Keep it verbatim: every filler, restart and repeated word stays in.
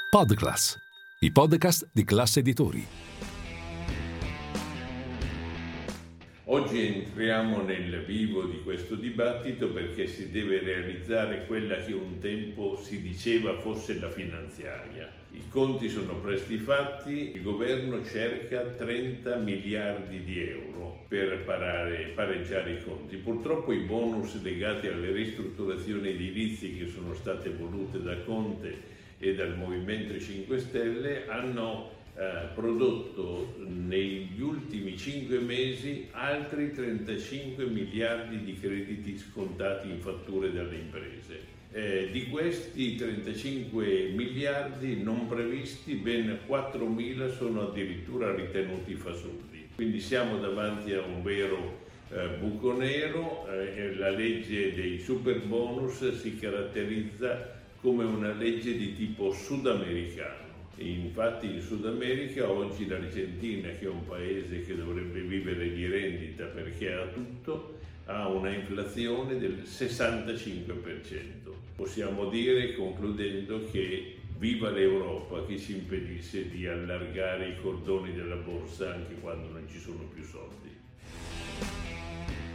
Podclass, i podcast di Class Editori. Oggi entriamo nel vivo di questo dibattito perché si deve realizzare quella che un tempo si diceva fosse la finanziaria. I conti sono presto fatti, il governo cerca trenta miliardi di euro per parare, pareggiare i conti. Purtroppo i bonus legati alle ristrutturazioni edilizie che sono state volute da Conte e dal Movimento cinque Stelle hanno eh, prodotto negli ultimi cinque mesi altri trentacinque miliardi di crediti scontati in fatture dalle imprese. Eh, di questi trentacinque miliardi non previsti, ben quattromila sono addirittura ritenuti fasulli. Quindi siamo davanti a un vero eh, buco nero. Eh, la legge dei super bonus si caratterizza come una legge di tipo sudamericano. Infatti in Sud America oggi l'Argentina, che è un paese che dovrebbe vivere di rendita perché ha tutto, ha una inflazione del sessantacinque per cento. Possiamo dire, concludendo, che viva l'Europa che ci impedisce di allargare i cordoni della borsa anche quando non ci sono più soldi.